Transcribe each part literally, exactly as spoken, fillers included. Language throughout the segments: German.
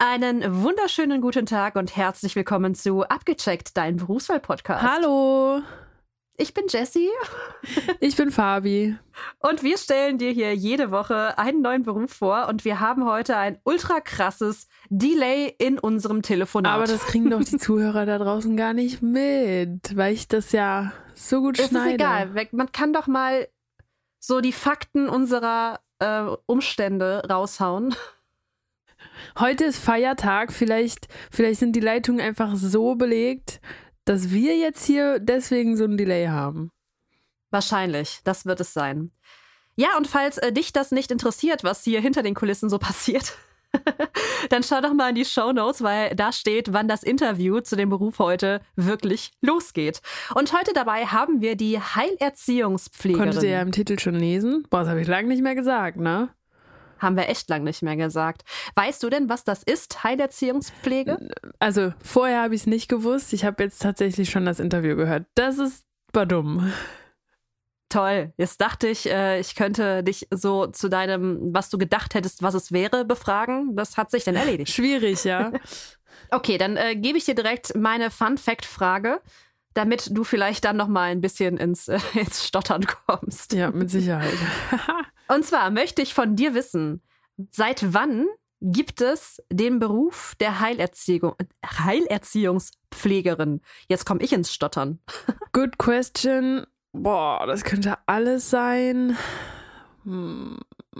Einen wunderschönen guten Tag und herzlich willkommen zu Abgecheckt, dein Berufswahl-Podcast. Hallo. Ich bin Jessie. Ich bin Fabi. Und wir stellen dir hier jede Woche einen neuen Beruf vor und wir haben heute ein ultra krasses Delay in unserem Telefonat. Aber das kriegen doch die Zuhörer da draußen gar nicht mit, weil ich das ja so gut es schneide. Es ist egal, man kann doch mal so die Fakten unserer äh, Umstände raushauen. Heute ist Feiertag, vielleicht, vielleicht sind die Leitungen einfach so belegt, dass wir jetzt hier deswegen so ein Delay haben. Wahrscheinlich, das wird es sein. Ja, und falls äh, dich das nicht interessiert, was hier hinter den Kulissen so passiert, dann schau doch mal in die Shownotes, weil da steht, wann das Interview zu dem Beruf heute wirklich losgeht. Und heute dabei haben wir die Heilerziehungspflegerin. Konntet ihr ja im Titel schon lesen? Boah, das habe ich lange nicht mehr gesagt, ne? Haben wir echt lang nicht mehr gesagt. Weißt du denn, was das ist, Heilerziehungspflege? Also vorher habe ich es nicht gewusst. Ich habe jetzt tatsächlich schon das Interview gehört. Das ist war dumm. Toll. Jetzt dachte ich, ich könnte dich so zu deinem, was du gedacht hättest, was es wäre, befragen. Das hat sich dann erledigt. Schwierig, ja. Okay, dann äh, gebe ich dir direkt meine Fun-Fact-Frage, damit du vielleicht dann noch mal ein bisschen ins, äh, ins Stottern kommst. Ja, mit Sicherheit. Und zwar möchte ich von dir wissen, seit wann gibt es den Beruf der Heilerziehung, Heilerziehungspflegerin? Jetzt komme ich ins Stottern. Good question. Boah, das könnte alles sein. Hm.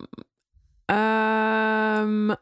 Ähm,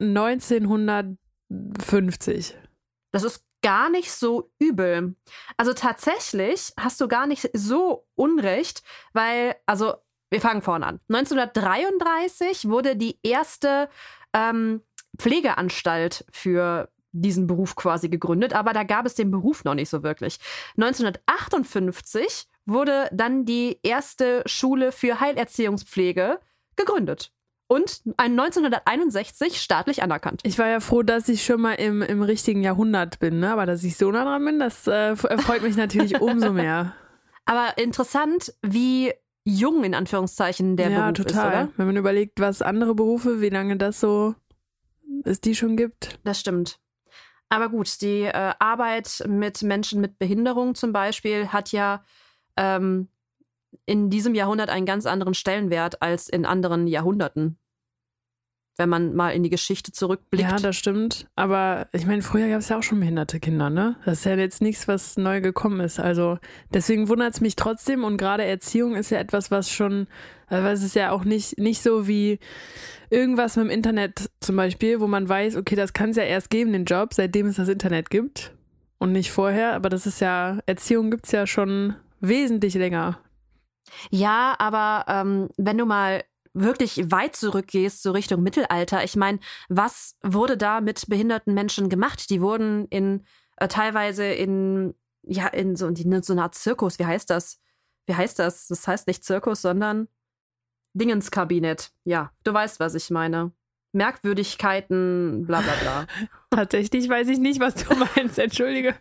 neunzehnhundertfünfzig. Das ist gar nicht so übel. Also tatsächlich hast du gar nicht so Unrecht, weil, also wir fangen vorne an. neunzehnhundertdreiunddreißig wurde die erste ähm, Pflegeanstalt für diesen Beruf quasi gegründet, aber da gab es den Beruf noch nicht so wirklich. neunzehnhundertachtundfünfzig wurde dann die erste Schule für Heilerziehungspflege gegründet. Und neunzehnhunderteinundsechzig staatlich anerkannt. Ich war ja froh, dass ich schon mal im, im richtigen Jahrhundert bin, ne? Aber dass ich so nah dran bin, das äh, freut mich natürlich umso mehr. Aber interessant, wie jung in Anführungszeichen der ja, Beruf total. ist, oder? Wenn man überlegt, was andere Berufe, wie lange das so es die schon gibt. Das stimmt. Aber gut, die äh, Arbeit mit Menschen mit Behinderung zum Beispiel hat ja ähm, in diesem Jahrhundert einen ganz anderen Stellenwert als in anderen Jahrhunderten. Wenn man mal in die Geschichte zurückblickt. Ja, das stimmt. Aber ich meine, früher gab es ja auch schon behinderte Kinder, ne? Das ist ja jetzt nichts, was neu gekommen ist. Also deswegen wundert es mich trotzdem. Und gerade Erziehung ist ja etwas, was schon, also es ist ja auch nicht, nicht so wie irgendwas mit dem Internet zum Beispiel, wo man weiß, okay, das kann es ja erst geben, den Job, seitdem es das Internet gibt. Und nicht vorher. Aber das ist ja, Erziehung gibt es ja schon wesentlich länger. Ja, aber ähm, wenn du mal wirklich weit zurückgehst, so Richtung Mittelalter, ich meine, was wurde da mit behinderten Menschen gemacht? Die wurden in äh, teilweise in, ja, in so, in so einer Art Zirkus, wie heißt das? Wie heißt das? Das heißt nicht Zirkus, sondern Dingenskabinett. Ja, du weißt, was ich meine. Merkwürdigkeiten, bla bla bla. Tatsächlich weiß ich nicht, was du meinst, entschuldige.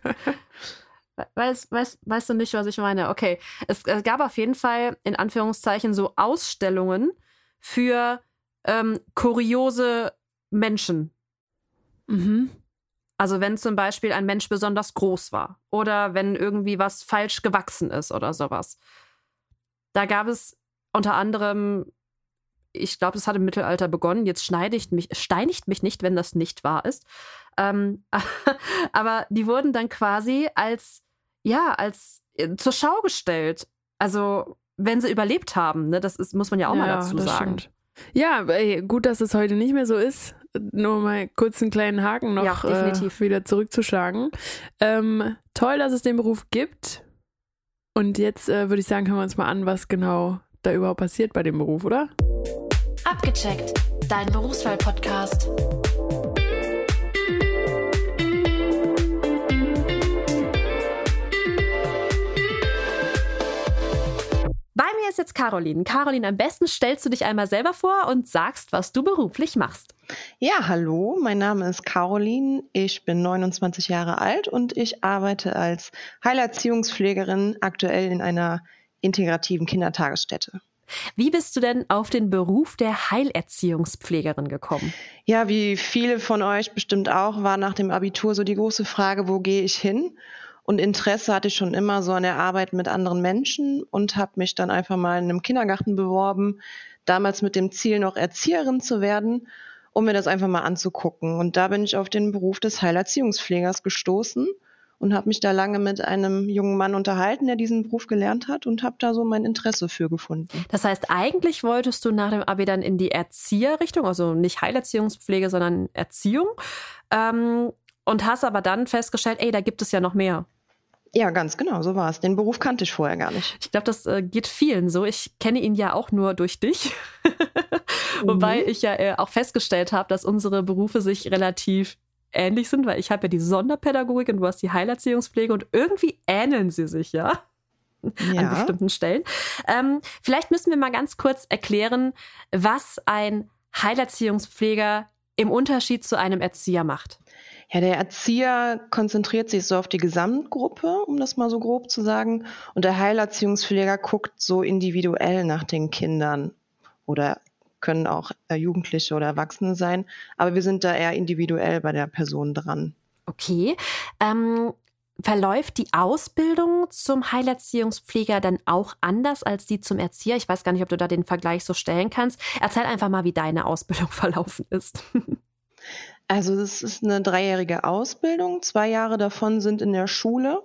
Weißt, weißt, weißt du nicht, was ich meine? Okay, es, es gab auf jeden Fall in Anführungszeichen so Ausstellungen für ähm, kuriose Menschen. Mhm. Also wenn zum Beispiel ein Mensch besonders groß war oder wenn irgendwie was falsch gewachsen ist oder sowas. Da gab es unter anderem, ich glaube, das hat im Mittelalter begonnen, jetzt schneidigt mich, steinigt mich nicht, wenn das nicht wahr ist. Ähm, aber die wurden dann quasi als, ja, als äh, zur Schau gestellt. Also wenn sie überlebt haben, ne, das ist, muss man ja auch ja, mal dazu das sagen. Stimmt. Ja, ey, gut, dass es heute nicht mehr so ist. Nur mal kurz einen kleinen Haken noch ja, definitiv. Äh, wieder zurückzuschlagen. Ähm, toll, dass es den Beruf gibt. Und jetzt äh, würde ich sagen, hören wir uns mal an, was genau da überhaupt passiert bei dem Beruf, oder? Abgecheckt, dein Berufswahl-Podcast. Bei mir ist jetzt Caroline. Caroline, am besten stellst du dich einmal selber vor und sagst, was du beruflich machst. Ja, hallo, mein Name ist Caroline, ich bin neunundzwanzig Jahre alt und ich arbeite als Heilerziehungspflegerin aktuell in einer integrativen Kindertagesstätte. Wie bist du denn auf den Beruf der Heilerziehungspflegerin gekommen? Ja, wie viele von euch bestimmt auch, war nach dem Abitur so die große Frage, wo gehe ich hin? Und Interesse hatte ich schon immer so an der Arbeit mit anderen Menschen und habe mich dann einfach mal in einem Kindergarten beworben, damals mit dem Ziel, noch Erzieherin zu werden, um mir das einfach mal anzugucken. Und da bin ich auf den Beruf des Heilerziehungspflegers gestoßen und habe mich da lange mit einem jungen Mann unterhalten, der diesen Beruf gelernt hat, und habe da so mein Interesse für gefunden. Das heißt, eigentlich wolltest du nach dem Abi dann in die Erzieherrichtung, also nicht Heilerziehungspflege, sondern Erziehung, ähm, und hast aber dann festgestellt, ey, da gibt es ja noch mehr. Ja, ganz genau, so war es. Den Beruf kannte ich vorher gar nicht. Ich glaube, das äh, geht vielen so. Ich kenne ihn ja auch nur durch dich. mhm. Wobei ich ja äh, auch festgestellt habe, dass unsere Berufe sich relativ ähnlich sind, weil ich habe ja die Sonderpädagogik und du hast die Heilerziehungspflege und irgendwie ähneln sie sich ja, ja. an bestimmten Stellen. Ähm, vielleicht müssen wir mal ganz kurz erklären, was ein Heilerziehungspfleger im Unterschied zu einem Erzieher macht. Ja, der Erzieher konzentriert sich so auf die Gesamtgruppe, um das mal so grob zu sagen. Und der Heilerziehungspfleger guckt so individuell nach den Kindern oder können auch äh, Jugendliche oder Erwachsene sein. Aber wir sind da eher individuell bei der Person dran. Okay. Ähm, verläuft die Ausbildung zum Heilerziehungspfleger dann auch anders als die zum Erzieher? Ich weiß gar nicht, ob du da den Vergleich so stellen kannst. Erzähl einfach mal, wie deine Ausbildung verlaufen ist. Also es ist eine dreijährige Ausbildung. Zwei Jahre davon sind in der Schule.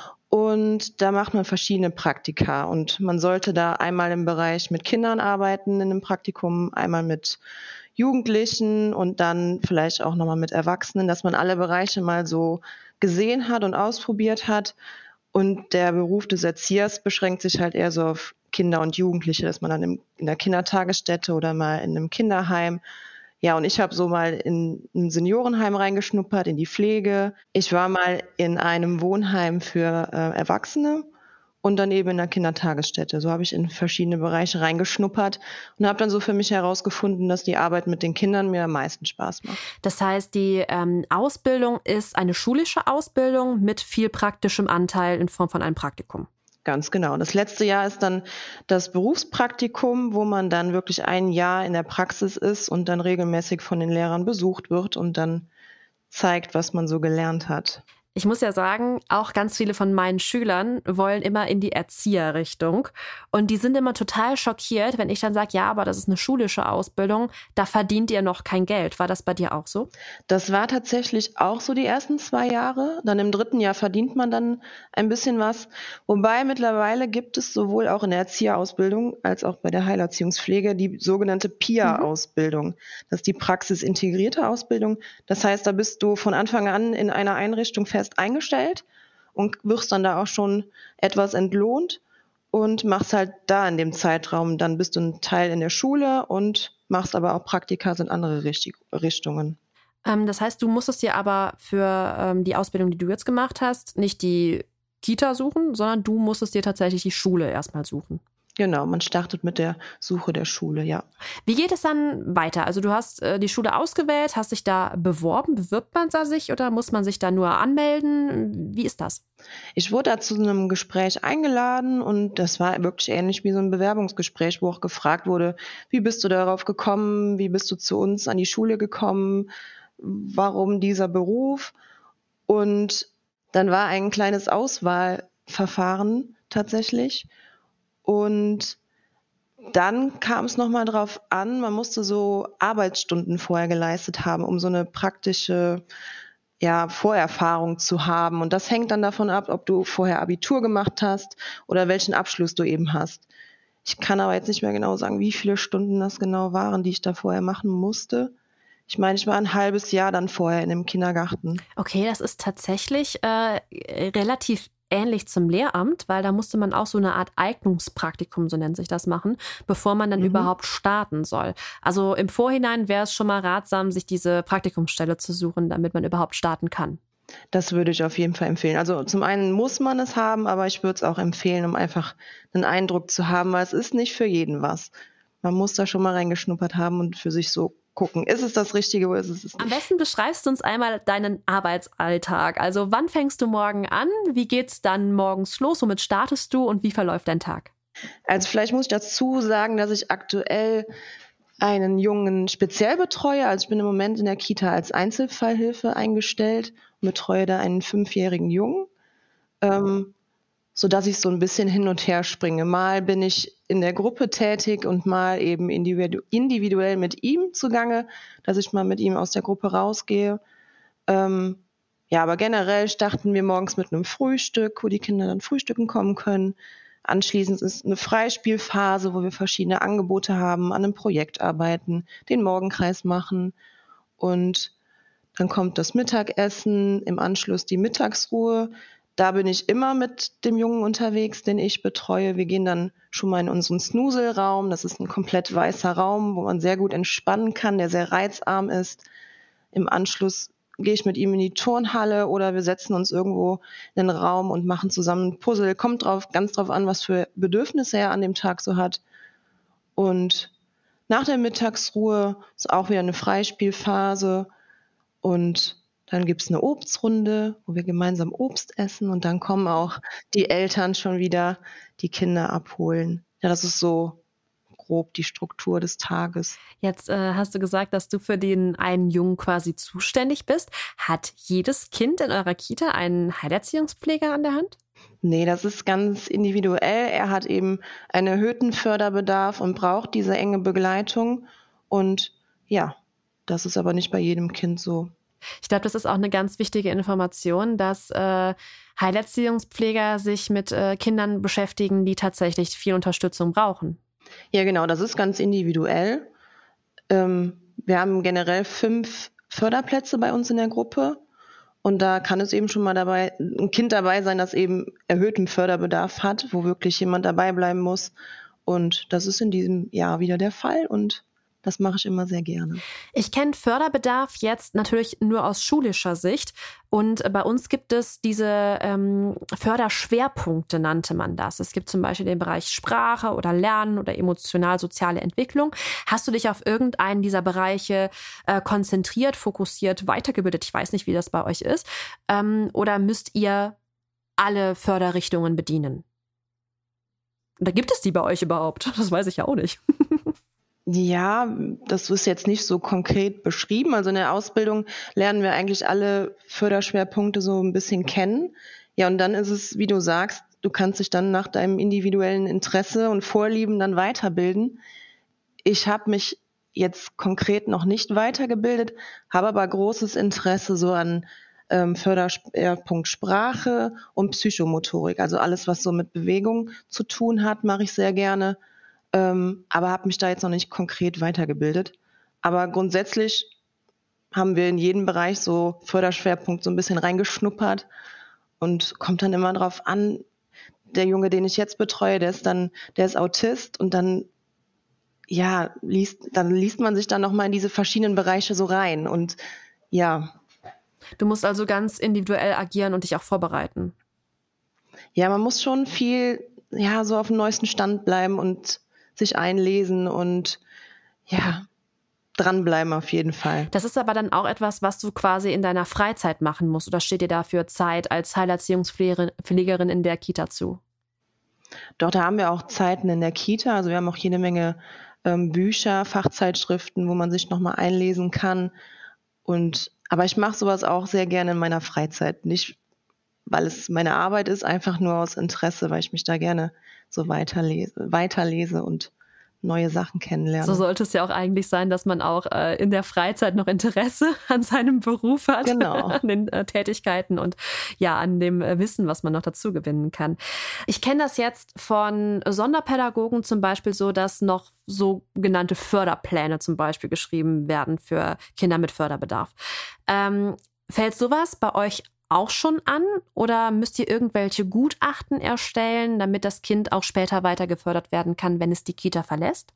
Und da macht man verschiedene Praktika. Und man sollte da einmal im Bereich mit Kindern arbeiten in einem Praktikum, einmal mit Jugendlichen und dann vielleicht auch nochmal mit Erwachsenen, dass man alle Bereiche mal so gesehen hat und ausprobiert hat. Und der Beruf des Erziehers beschränkt sich halt eher so auf Kinder und Jugendliche, dass man dann in der Kindertagesstätte oder mal in einem Kinderheim. Ja, und ich habe so mal in ein Seniorenheim reingeschnuppert, in die Pflege. Ich war mal in einem Wohnheim für äh, Erwachsene und dann eben in einer Kindertagesstätte. So habe ich in verschiedene Bereiche reingeschnuppert und habe dann so für mich herausgefunden, dass die Arbeit mit den Kindern mir am meisten Spaß macht. Das heißt, die ähm, Ausbildung ist eine schulische Ausbildung mit viel praktischem Anteil in Form von einem Praktikum. Ganz genau. Das letzte Jahr ist dann das Berufspraktikum, wo man dann wirklich ein Jahr in der Praxis ist und dann regelmäßig von den Lehrern besucht wird und dann zeigt, was man so gelernt hat. Ich muss ja sagen, auch ganz viele von meinen Schülern wollen immer in die Erzieherrichtung. Und die sind immer total schockiert, wenn ich dann sage, ja, aber das ist eine schulische Ausbildung, da verdient ihr noch kein Geld. War das bei dir auch so? Das war tatsächlich auch so die ersten zwei Jahre. Dann im dritten Jahr verdient man dann ein bisschen was. Wobei mittlerweile gibt es sowohl auch in der Erzieherausbildung als auch bei der Heilerziehungspflege die sogenannte P I A-Ausbildung. Mhm. Das ist die praxisintegrierte Ausbildung. Das heißt, da bist du von Anfang an in einer Einrichtung fest eingestellt und wirst dann da auch schon etwas entlohnt und machst halt da in dem Zeitraum, dann bist du ein Teil in der Schule und machst aber auch Praktika in andere Richtungen. Ähm, das heißt, du musstest dir aber für ähm, die Ausbildung, die du jetzt gemacht hast, nicht die Kita suchen, sondern du musstest dir tatsächlich die Schule erstmal suchen. Genau, man startet mit der Suche der Schule, ja. Wie geht es dann weiter? Also du hast äh, die Schule ausgewählt, hast dich da beworben, bewirbt man da sich oder muss man sich da nur anmelden? Wie ist das? Ich wurde da zu einem Gespräch eingeladen und das war wirklich ähnlich wie so ein Bewerbungsgespräch, wo auch gefragt wurde, wie bist du darauf gekommen, wie bist du zu uns an die Schule gekommen, warum dieser Beruf? Und dann war ein kleines Auswahlverfahren tatsächlich. Und dann kam es nochmal drauf an, man musste so Arbeitsstunden vorher geleistet haben, um so eine praktische ja, Vorerfahrung zu haben. Und das hängt dann davon ab, ob du vorher Abitur gemacht hast oder welchen Abschluss du eben hast. Ich kann aber jetzt nicht mehr genau sagen, wie viele Stunden das genau waren, die ich da vorher machen musste. Ich meine, ich war ein halbes Jahr dann vorher in dem Kindergarten. Okay, das ist tatsächlich äh, relativ ähnlich zum Lehramt, weil da musste man auch so eine Art Eignungspraktikum, so nennt sich das, machen, bevor man dann mhm. überhaupt starten soll. Also im Vorhinein wäre es schon mal ratsam, sich diese Praktikumsstelle zu suchen, damit man überhaupt starten kann. Das würde ich auf jeden Fall empfehlen. Also zum einen muss man es haben, aber ich würde es auch empfehlen, um einfach einen Eindruck zu haben, weil es ist nicht für jeden was. Man muss da schon mal reingeschnuppert haben und für sich so gucken, ist es das Richtige oder ist es es nicht? Am besten beschreibst du uns einmal deinen Arbeitsalltag. Also wann fängst du morgen an? Wie geht's dann morgens los? Womit startest du und wie verläuft dein Tag? Also vielleicht muss ich dazu sagen, dass ich aktuell einen Jungen speziell betreue. Also ich bin im Moment in der Kita als Einzelfallhilfe eingestellt und betreue da einen fünfjährigen Jungen, ähm, sodass ich so ein bisschen hin und her springe. Mal bin ich in der Gruppe tätig und mal eben individu- individuell mit ihm zugange, dass ich mal mit ihm aus der Gruppe rausgehe. Ähm, ja, aber generell starten wir morgens mit einem Frühstück, wo die Kinder dann frühstücken kommen können. Anschließend ist eine Freispielphase, wo wir verschiedene Angebote haben, an einem Projekt arbeiten, den Morgenkreis machen und dann kommt das Mittagessen, im Anschluss die Mittagsruhe. Da bin ich immer mit dem Jungen unterwegs, den ich betreue. Wir gehen dann schon mal in unseren Snoozelraum. Das ist ein komplett weißer Raum, wo man sehr gut entspannen kann, der sehr reizarm ist. Im Anschluss gehe ich mit ihm in die Turnhalle oder wir setzen uns irgendwo in den Raum und machen zusammen ein Puzzle. Kommt drauf, ganz drauf an, was für Bedürfnisse er an dem Tag so hat. Und nach der Mittagsruhe ist auch wieder eine Freispielphase und dann gibt es eine Obstrunde, wo wir gemeinsam Obst essen und dann kommen auch die Eltern schon wieder die Kinder abholen. Ja, das ist so grob die Struktur des Tages. Jetzt äh, hast du gesagt, dass du für den einen Jungen quasi zuständig bist. Hat jedes Kind in eurer Kita einen Heilerziehungspfleger an der Hand? Nee, das ist ganz individuell. Er hat eben einen erhöhten Förderbedarf und braucht diese enge Begleitung. Und ja, das ist aber nicht bei jedem Kind so. Ich glaube, das ist auch eine ganz wichtige Information, dass äh, Heilerziehungspfleger sich mit äh, Kindern beschäftigen, die tatsächlich viel Unterstützung brauchen. Ja, genau, das ist ganz individuell. Ähm, wir haben generell fünf Förderplätze bei uns in der Gruppe. Und da kann es eben schon mal dabei, ein Kind dabei sein, das eben erhöhten Förderbedarf hat, wo wirklich jemand dabei bleiben muss. Und das ist in diesem Jahr wieder der Fall und das mache ich immer sehr gerne. Ich kenne Förderbedarf jetzt natürlich nur aus schulischer Sicht. Und bei uns gibt es diese ähm, Förderschwerpunkte, nannte man das. Es gibt zum Beispiel den Bereich Sprache oder Lernen oder emotional-soziale Entwicklung. Hast du dich auf irgendeinen dieser Bereiche äh, konzentriert, fokussiert, weitergebildet? Ich weiß nicht, wie das bei euch ist. Ähm, oder müsst ihr alle Förderrichtungen bedienen? Oder gibt es die bei euch überhaupt? Das weiß ich ja auch nicht. Ja, das ist jetzt nicht so konkret beschrieben. Also in der Ausbildung lernen wir eigentlich alle Förderschwerpunkte so ein bisschen kennen. Ja, und dann ist es, wie du sagst, du kannst dich dann nach deinem individuellen Interesse und Vorlieben dann weiterbilden. Ich habe mich jetzt konkret noch nicht weitergebildet, habe aber großes Interesse so an ähm, Förderschwerpunkt Sprache und Psychomotorik. Also alles, was so mit Bewegung zu tun hat, mache ich sehr gerne. Ähm, aber habe mich da jetzt noch nicht konkret weitergebildet. Aber grundsätzlich haben wir in jedem Bereich so Förderschwerpunkt so ein bisschen reingeschnuppert und kommt dann immer drauf an, der Junge, den ich jetzt betreue, der ist dann, der ist Autist und dann, ja, liest, dann liest man sich dann nochmal in diese verschiedenen Bereiche so rein und ja. Du musst also ganz individuell agieren und dich auch vorbereiten. Ja, man muss schon viel, ja, so auf dem neuesten Stand bleiben und sich einlesen und ja, dranbleiben auf jeden Fall. Das ist aber dann auch etwas, was du quasi in deiner Freizeit machen musst. Oder steht dir dafür Zeit als Heilerziehungspflegerin in der Kita zu? Doch, da haben wir auch Zeiten in der Kita. Also wir haben auch jede Menge ähm, Bücher, Fachzeitschriften, wo man sich nochmal einlesen kann. Und aber ich mache sowas auch sehr gerne in meiner Freizeit. Nicht, weil es meine Arbeit ist, einfach nur aus Interesse, weil ich mich da gerne so weiterlese, weiterlese und neue Sachen kennenlerne. So sollte es ja auch eigentlich sein, dass man auch äh, in der Freizeit noch Interesse an seinem Beruf hat, genau. an den äh, Tätigkeiten und ja, an dem äh, Wissen, was man noch dazu gewinnen kann. Ich kenne das jetzt von Sonderpädagogen zum Beispiel so, dass noch sogenannte Förderpläne zum Beispiel geschrieben werden für Kinder mit Förderbedarf. Ähm, fällt sowas bei euch auch schon an oder müsst ihr irgendwelche Gutachten erstellen, damit das Kind auch später weiter gefördert werden kann, wenn es die Kita verlässt?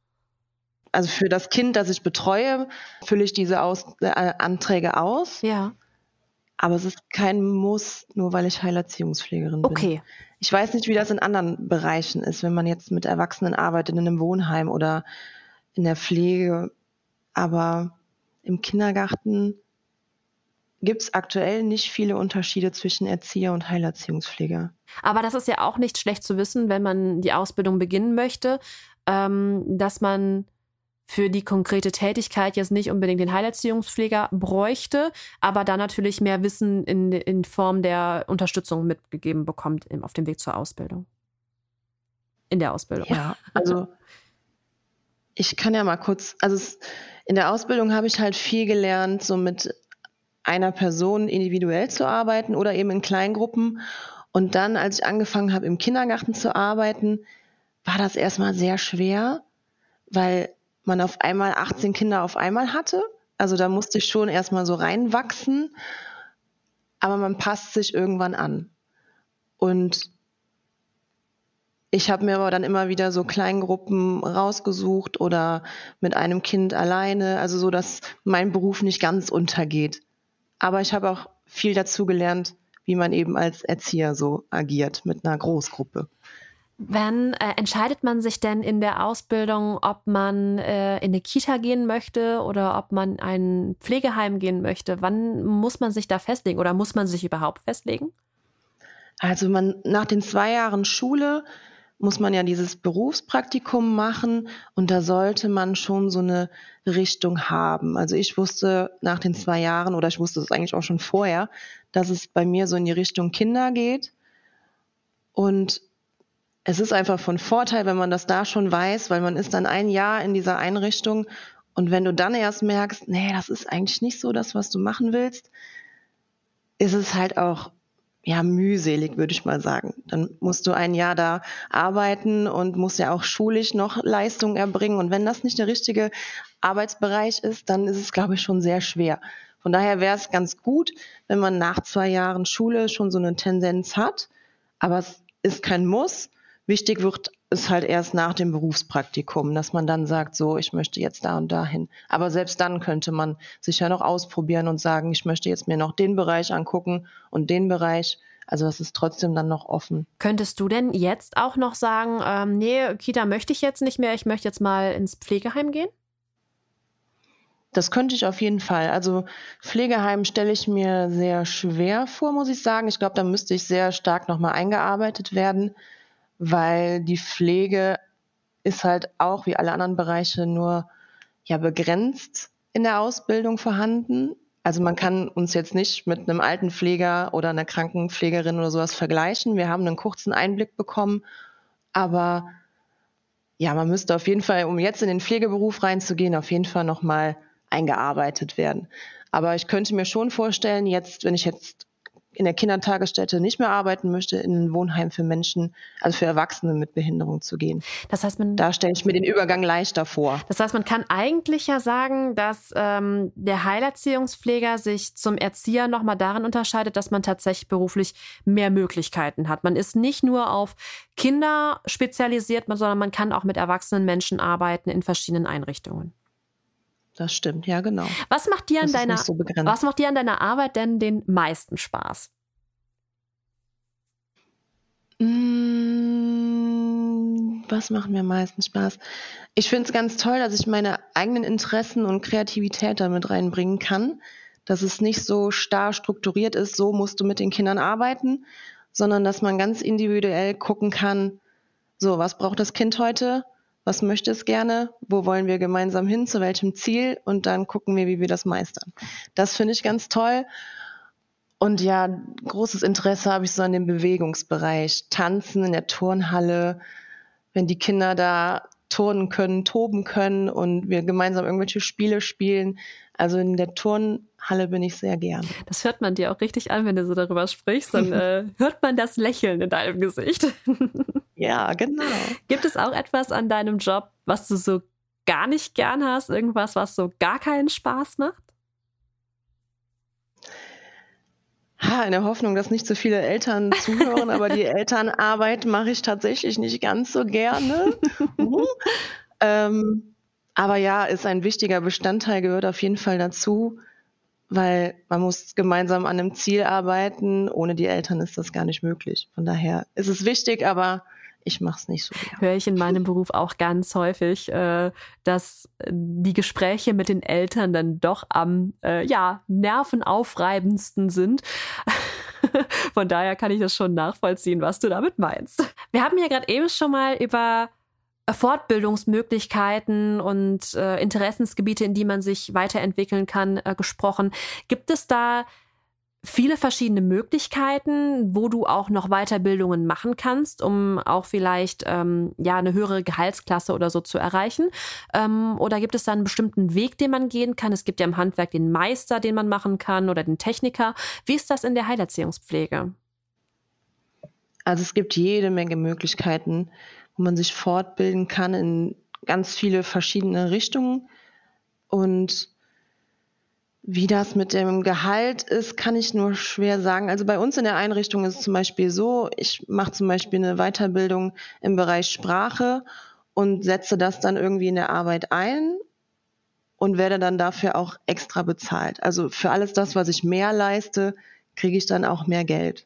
Also für das Kind, das ich betreue, fülle ich diese aus, äh, Anträge aus. Ja. Aber es ist kein Muss, nur weil ich Heilerziehungspflegerin bin. Okay. Ich weiß nicht, wie das in anderen Bereichen ist, wenn man jetzt mit Erwachsenen arbeitet, in einem Wohnheim oder in der Pflege. Aber im Kindergarten gibt es aktuell nicht viele Unterschiede zwischen Erzieher und Heilerziehungspfleger. Aber das ist ja auch nicht schlecht zu wissen, wenn man die Ausbildung beginnen möchte, ähm, dass man für die konkrete Tätigkeit jetzt nicht unbedingt den Heilerziehungspfleger bräuchte, aber da natürlich mehr Wissen in, in Form der Unterstützung mitgegeben bekommt auf dem Weg zur Ausbildung. In der Ausbildung. Ja, also ich kann ja mal kurz, also es, in der Ausbildung habe ich halt viel gelernt, so mit einer Person individuell zu arbeiten oder eben in Kleingruppen. Und dann, als ich angefangen habe, im Kindergarten zu arbeiten, war das erstmal sehr schwer, weil man auf einmal achtzehn Kinder auf einmal hatte. Also da musste ich schon erstmal so reinwachsen, aber man passt sich irgendwann an. Und ich habe mir aber dann immer wieder so Kleingruppen rausgesucht oder mit einem Kind alleine, also so, dass mein Beruf nicht ganz untergeht. Aber ich habe auch viel dazu gelernt, wie man eben als Erzieher so agiert mit einer Großgruppe. Wann äh, entscheidet man sich denn in der Ausbildung, ob man äh, in eine Kita gehen möchte oder ob man ein Pflegeheim gehen möchte? Wann muss man sich da festlegen oder muss man sich überhaupt festlegen? Also man nach den zwei Jahren Schule muss man ja dieses Berufspraktikum machen und da sollte man schon so eine Richtung haben. Also ich wusste nach den zwei Jahren oder ich wusste es eigentlich auch schon vorher, dass es bei mir so in die Richtung Kinder geht. Und es ist einfach von Vorteil, wenn man das da schon weiß, weil man ist dann ein Jahr in dieser Einrichtung und wenn du dann erst merkst, nee, das ist eigentlich nicht so das, was du machen willst, ist es halt auch ja mühselig, würde ich mal sagen. Dann musst du ein Jahr da arbeiten und musst ja auch schulisch noch Leistung erbringen und wenn das nicht der richtige Arbeitsbereich ist, dann ist es, glaube ich, schon sehr schwer. Von daher wäre es ganz gut, wenn man nach zwei Jahren Schule schon so eine Tendenz hat, aber es ist kein Muss. Wichtig wird es halt erst nach dem Berufspraktikum, dass man dann sagt, so, ich möchte jetzt da und dahin. Aber selbst dann könnte man sich ja noch ausprobieren und sagen, ich möchte jetzt mir noch den Bereich angucken und den Bereich. Also das ist trotzdem dann noch offen. Könntest du denn jetzt auch noch sagen, ähm, nee, Kita möchte ich jetzt nicht mehr, ich möchte jetzt mal ins Pflegeheim gehen? Das könnte ich auf jeden Fall. Also Pflegeheim stelle ich mir sehr schwer vor, muss ich sagen. Ich glaube, da müsste ich sehr stark nochmal eingearbeitet werden, weil die Pflege ist halt auch wie alle anderen Bereiche nur ja begrenzt in der Ausbildung vorhanden. Also man kann uns jetzt nicht mit einem Altenpfleger oder einer Krankenpflegerin oder sowas vergleichen. Wir haben einen kurzen Einblick bekommen, aber ja, man müsste auf jeden Fall, um jetzt in den Pflegeberuf reinzugehen, auf jeden Fall nochmal eingearbeitet werden. Aber ich könnte mir schon vorstellen, jetzt, wenn ich jetzt in der Kindertagesstätte nicht mehr arbeiten möchte, in ein Wohnheim für Menschen, also für Erwachsene mit Behinderung zu gehen. Das heißt, man, da stelle ich mir den Übergang leichter vor. Das heißt, man kann eigentlich ja sagen, dass ähm, der Heilerziehungspfleger sich zum Erzieher nochmal darin unterscheidet, dass man tatsächlich beruflich mehr Möglichkeiten hat. Man ist nicht nur auf Kinder spezialisiert, sondern man kann auch mit erwachsenen Menschen arbeiten in verschiedenen Einrichtungen. Das stimmt, ja genau. Was macht dir an Das ist deiner, nicht so begrenzt. was macht dir an deiner Arbeit denn den meisten Spaß? Mm, Was macht mir am meisten Spaß? Ich finde es ganz toll, dass ich meine eigenen Interessen und Kreativität damit reinbringen kann, dass es nicht so starr strukturiert ist, so musst du mit den Kindern arbeiten, sondern dass man ganz individuell gucken kann, so, was braucht das Kind heute? Was möchte es gerne? Wo wollen wir gemeinsam hin? Zu welchem Ziel? Und dann gucken wir, wie wir das meistern. Das finde ich ganz toll. Und ja, großes Interesse habe ich so an dem Bewegungsbereich. Tanzen in der Turnhalle, wenn die Kinder da turnen können, toben können und wir gemeinsam irgendwelche Spiele spielen. Also in der Turnhalle bin ich sehr gern. Das hört man dir auch richtig an, wenn du so darüber sprichst. Dann äh, hört man das Lächeln in deinem Gesicht. Ja, genau. Gibt es auch etwas an deinem Job, was du so gar nicht gern hast? Irgendwas, was so gar keinen Spaß macht? Ha, in der Hoffnung, dass nicht so viele Eltern zuhören, aber die Elternarbeit mache ich tatsächlich nicht ganz so gerne. uh. ähm, aber ja, ist ein wichtiger Bestandteil, gehört auf jeden Fall dazu, weil man muss gemeinsam an einem Ziel arbeiten. Ohne die Eltern ist das gar nicht möglich. Von daher ist es wichtig, aber ich mache es nicht so gerne. Höre ich in meinem Beruf auch ganz häufig, äh, dass die Gespräche mit den Eltern dann doch am äh, ja, nervenaufreibendsten sind. Von daher kann ich das schon nachvollziehen, was du damit meinst. Wir haben ja gerade eben schon mal über Fortbildungsmöglichkeiten und äh, Interessensgebiete, in die man sich weiterentwickeln kann, äh, gesprochen. Gibt es da viele verschiedene Möglichkeiten, wo du auch noch Weiterbildungen machen kannst, um auch vielleicht ähm, ja eine höhere Gehaltsklasse oder so zu erreichen? Ähm, oder gibt es da einen bestimmten Weg, den man gehen kann? Es gibt ja im Handwerk den Meister, den man machen kann, oder den Techniker. Wie ist das in der Heilerziehungspflege? Also es gibt jede Menge Möglichkeiten, wo man sich fortbilden kann in ganz viele verschiedene Richtungen. Und wie das mit dem Gehalt ist, kann ich nur schwer sagen. Also bei uns in der Einrichtung ist es zum Beispiel so, ich mache zum Beispiel eine Weiterbildung im Bereich Sprache und setze das dann irgendwie in der Arbeit ein und werde dann dafür auch extra bezahlt. Also für alles das, was ich mehr leiste, kriege ich dann auch mehr Geld.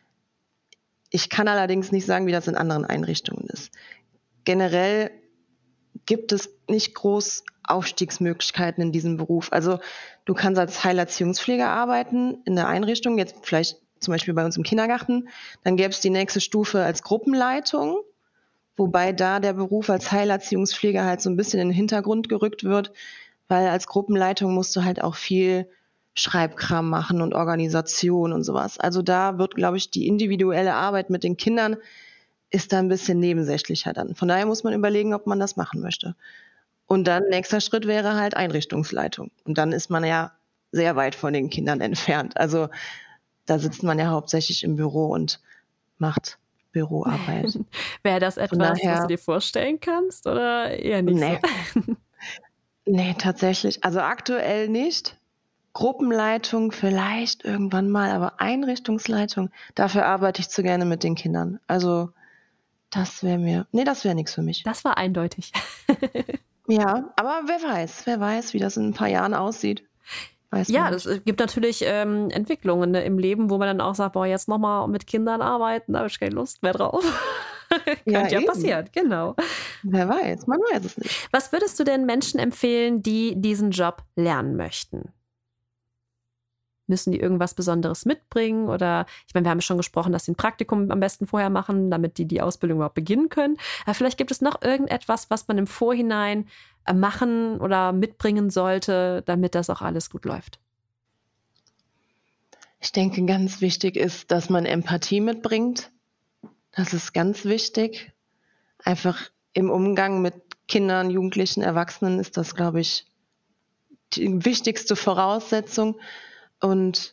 Ich kann allerdings nicht sagen, wie das in anderen Einrichtungen ist. Generell gibt es nicht groß Aufstiegsmöglichkeiten in diesem Beruf. Also du kannst als Heilerziehungspfleger arbeiten in der Einrichtung, jetzt vielleicht zum Beispiel bei uns im Kindergarten. Dann gäbe es die nächste Stufe als Gruppenleitung, wobei da der Beruf als Heilerziehungspfleger halt so ein bisschen in den Hintergrund gerückt wird, weil als Gruppenleitung musst du halt auch viel Schreibkram machen und Organisation und sowas. Also da wird, glaube ich, die individuelle Arbeit mit den Kindern ist da ein bisschen nebensächlicher dann. Von daher muss man überlegen, ob man das machen möchte. Und dann nächster Schritt wäre halt Einrichtungsleitung. Und dann ist man ja sehr weit von den Kindern entfernt. Also da sitzt man ja hauptsächlich im Büro und macht Büroarbeit. Wäre das etwas, daher, was du dir vorstellen kannst oder eher nicht nee. so? Nee, tatsächlich. Also aktuell nicht. Gruppenleitung vielleicht irgendwann mal, aber Einrichtungsleitung, dafür arbeite ich zu gerne mit den Kindern. Also das wäre mir, nee, das wäre nichts für mich. Das war eindeutig. Ja, aber wer weiß, wer weiß, wie das in ein paar Jahren aussieht. Weiß ja, es gibt natürlich ähm, Entwicklungen ne, im Leben, wo man dann auch sagt, boah, jetzt nochmal mit Kindern arbeiten, da habe ich keine Lust mehr drauf. Ja, Könnte ja eben. passieren, genau. Wer weiß, man weiß es nicht. Was würdest du denn Menschen empfehlen, die diesen Job lernen möchten? Müssen die irgendwas Besonderes mitbringen? Oder, ich meine, wir haben schon gesprochen, dass sie ein Praktikum am besten vorher machen, damit die die Ausbildung überhaupt beginnen können. Aber vielleicht gibt es noch irgendetwas, was man im Vorhinein machen oder mitbringen sollte, damit das auch alles gut läuft. Ich denke, ganz wichtig ist, dass man Empathie mitbringt. Das ist ganz wichtig. Einfach im Umgang mit Kindern, Jugendlichen, Erwachsenen ist das, glaube ich, die wichtigste Voraussetzung. Und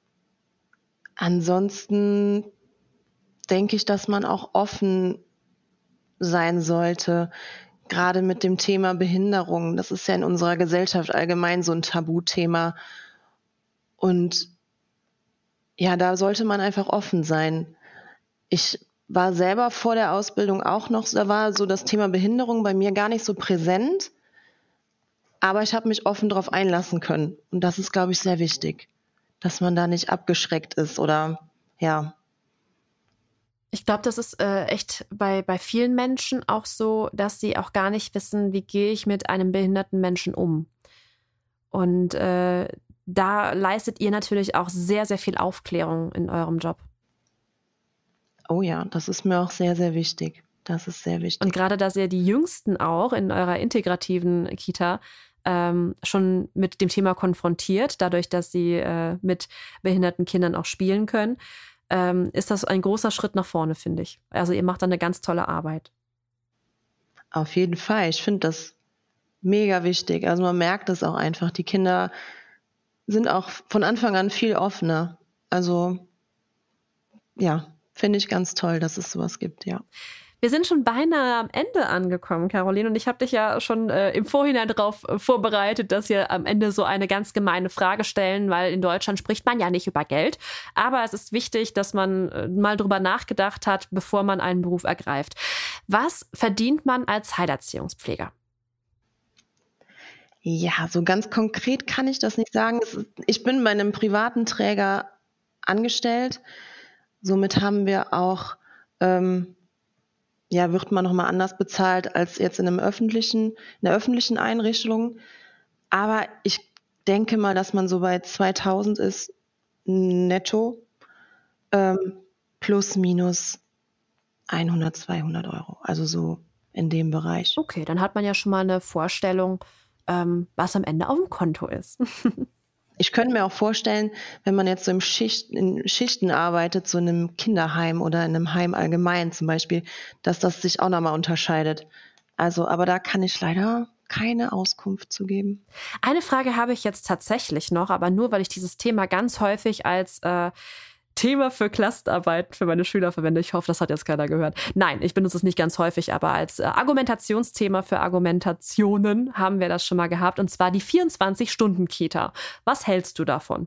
ansonsten denke ich, dass man auch offen sein sollte, gerade mit dem Thema Behinderung. Das ist ja in unserer Gesellschaft allgemein so ein Tabuthema. Und ja, da sollte man einfach offen sein. Ich war selber vor der Ausbildung auch noch, da war so das Thema Behinderung bei mir gar nicht so präsent, aber ich habe mich offen darauf einlassen können. Und das ist, glaube ich, sehr wichtig, dass man da nicht abgeschreckt ist oder ja. Ich glaube, das ist äh, echt bei, bei vielen Menschen auch so, dass sie auch gar nicht wissen, wie gehe ich mit einem behinderten Menschen um. Und äh, da leistet ihr natürlich auch sehr, sehr viel Aufklärung in eurem Job. Oh ja, das ist mir auch sehr, sehr wichtig. Das ist sehr wichtig. Und gerade, dass ihr die Jüngsten auch in eurer integrativen Kita ähm, schon mit dem Thema konfrontiert, dadurch, dass sie äh, mit behinderten Kindern auch spielen können, ähm, ist das ein großer Schritt nach vorne, finde ich. Also ihr macht da eine ganz tolle Arbeit. Auf jeden Fall. Ich finde das mega wichtig. Also man merkt es auch einfach. Die Kinder sind auch von Anfang an viel offener. Also ja, finde ich ganz toll, dass es sowas gibt, ja. Wir sind schon beinahe am Ende angekommen, Caroline, und ich habe dich ja schon äh, im Vorhinein darauf äh, vorbereitet, dass wir am Ende so eine ganz gemeine Frage stellen, weil in Deutschland spricht man ja nicht über Geld, aber es ist wichtig, dass man äh, mal drüber nachgedacht hat, bevor man einen Beruf ergreift. Was verdient man als Heilerziehungspfleger? Ja, so ganz konkret kann ich das nicht sagen. Ich bin bei einem privaten Träger angestellt. Somit haben wir auch ähm, ja, wird man nochmal anders bezahlt als jetzt in einem öffentlichen, in der öffentlichen Einrichtung. Aber ich denke mal, dass man so bei zweitausend ist netto, ähm, plus minus hundert, zweihundert Euro. Also so in dem Bereich. Okay, dann hat man ja schon mal eine Vorstellung, ähm, was am Ende auf dem Konto ist. Ich könnte mir auch vorstellen, wenn man jetzt so im Schicht, in Schichten arbeitet, so in einem Kinderheim oder in einem Heim allgemein zum Beispiel, dass das sich auch nochmal unterscheidet. Also, aber da kann ich leider keine Auskunft zu geben. Eine Frage habe ich jetzt tatsächlich noch, aber nur, weil ich dieses Thema ganz häufig als äh, Thema für Klassenarbeiten für meine Schüler verwende. Ich hoffe, das hat jetzt keiner gehört. Nein, ich benutze es nicht ganz häufig, aber als äh, Argumentationsthema für Argumentationen haben wir das schon mal gehabt, und zwar die vierundzwanzig-Stunden-Kita. Was hältst du davon?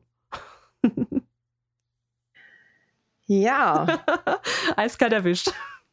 Ja. Eiskalt erwischt.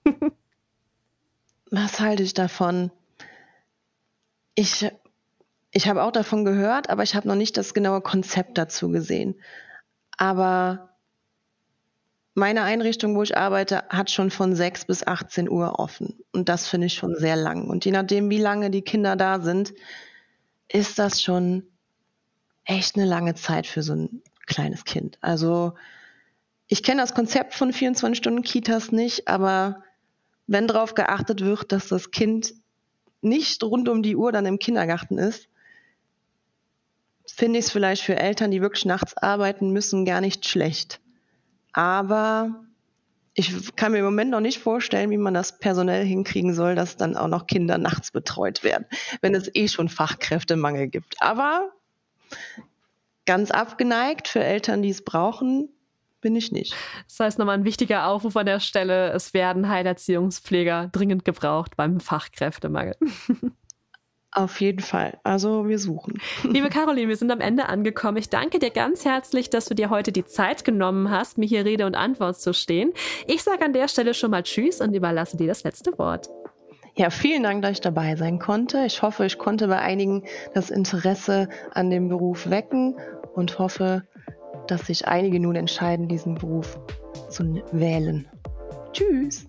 Was halte ich davon? Ich, ich habe auch davon gehört, aber ich habe noch nicht das genaue Konzept dazu gesehen. Aber meine Einrichtung, wo ich arbeite, hat schon von sechs bis achtzehn Uhr offen. Und das finde ich schon sehr lang. Und je nachdem, wie lange die Kinder da sind, ist das schon echt eine lange Zeit für so ein kleines Kind. Also ich kenne das Konzept von vierundzwanzig-Stunden-Kitas nicht, aber wenn darauf geachtet wird, dass das Kind nicht rund um die Uhr dann im Kindergarten ist, finde ich es vielleicht für Eltern, die wirklich nachts arbeiten müssen, gar nicht schlecht. Aber ich kann mir im Moment noch nicht vorstellen, wie man das personell hinkriegen soll, dass dann auch noch Kinder nachts betreut werden, wenn es eh schon Fachkräftemangel gibt. Aber ganz abgeneigt für Eltern, die es brauchen, bin ich nicht. Das heißt nochmal ein wichtiger Aufruf an der Stelle, es werden Heilerziehungspfleger dringend gebraucht beim Fachkräftemangel. Auf jeden Fall. Also wir suchen. Liebe Caroline, wir sind am Ende angekommen. Ich danke dir ganz herzlich, dass du dir heute die Zeit genommen hast, mir hier Rede und Antwort zu stehen. Ich sage an der Stelle schon mal Tschüss und überlasse dir das letzte Wort. Ja, vielen Dank, dass ich dabei sein konnte. Ich hoffe, ich konnte bei einigen das Interesse an dem Beruf wecken und hoffe, dass sich einige nun entscheiden, diesen Beruf zu wählen. Tschüss.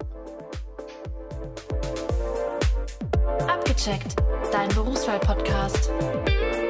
Abgecheckt, dein Berufswahl-Podcast.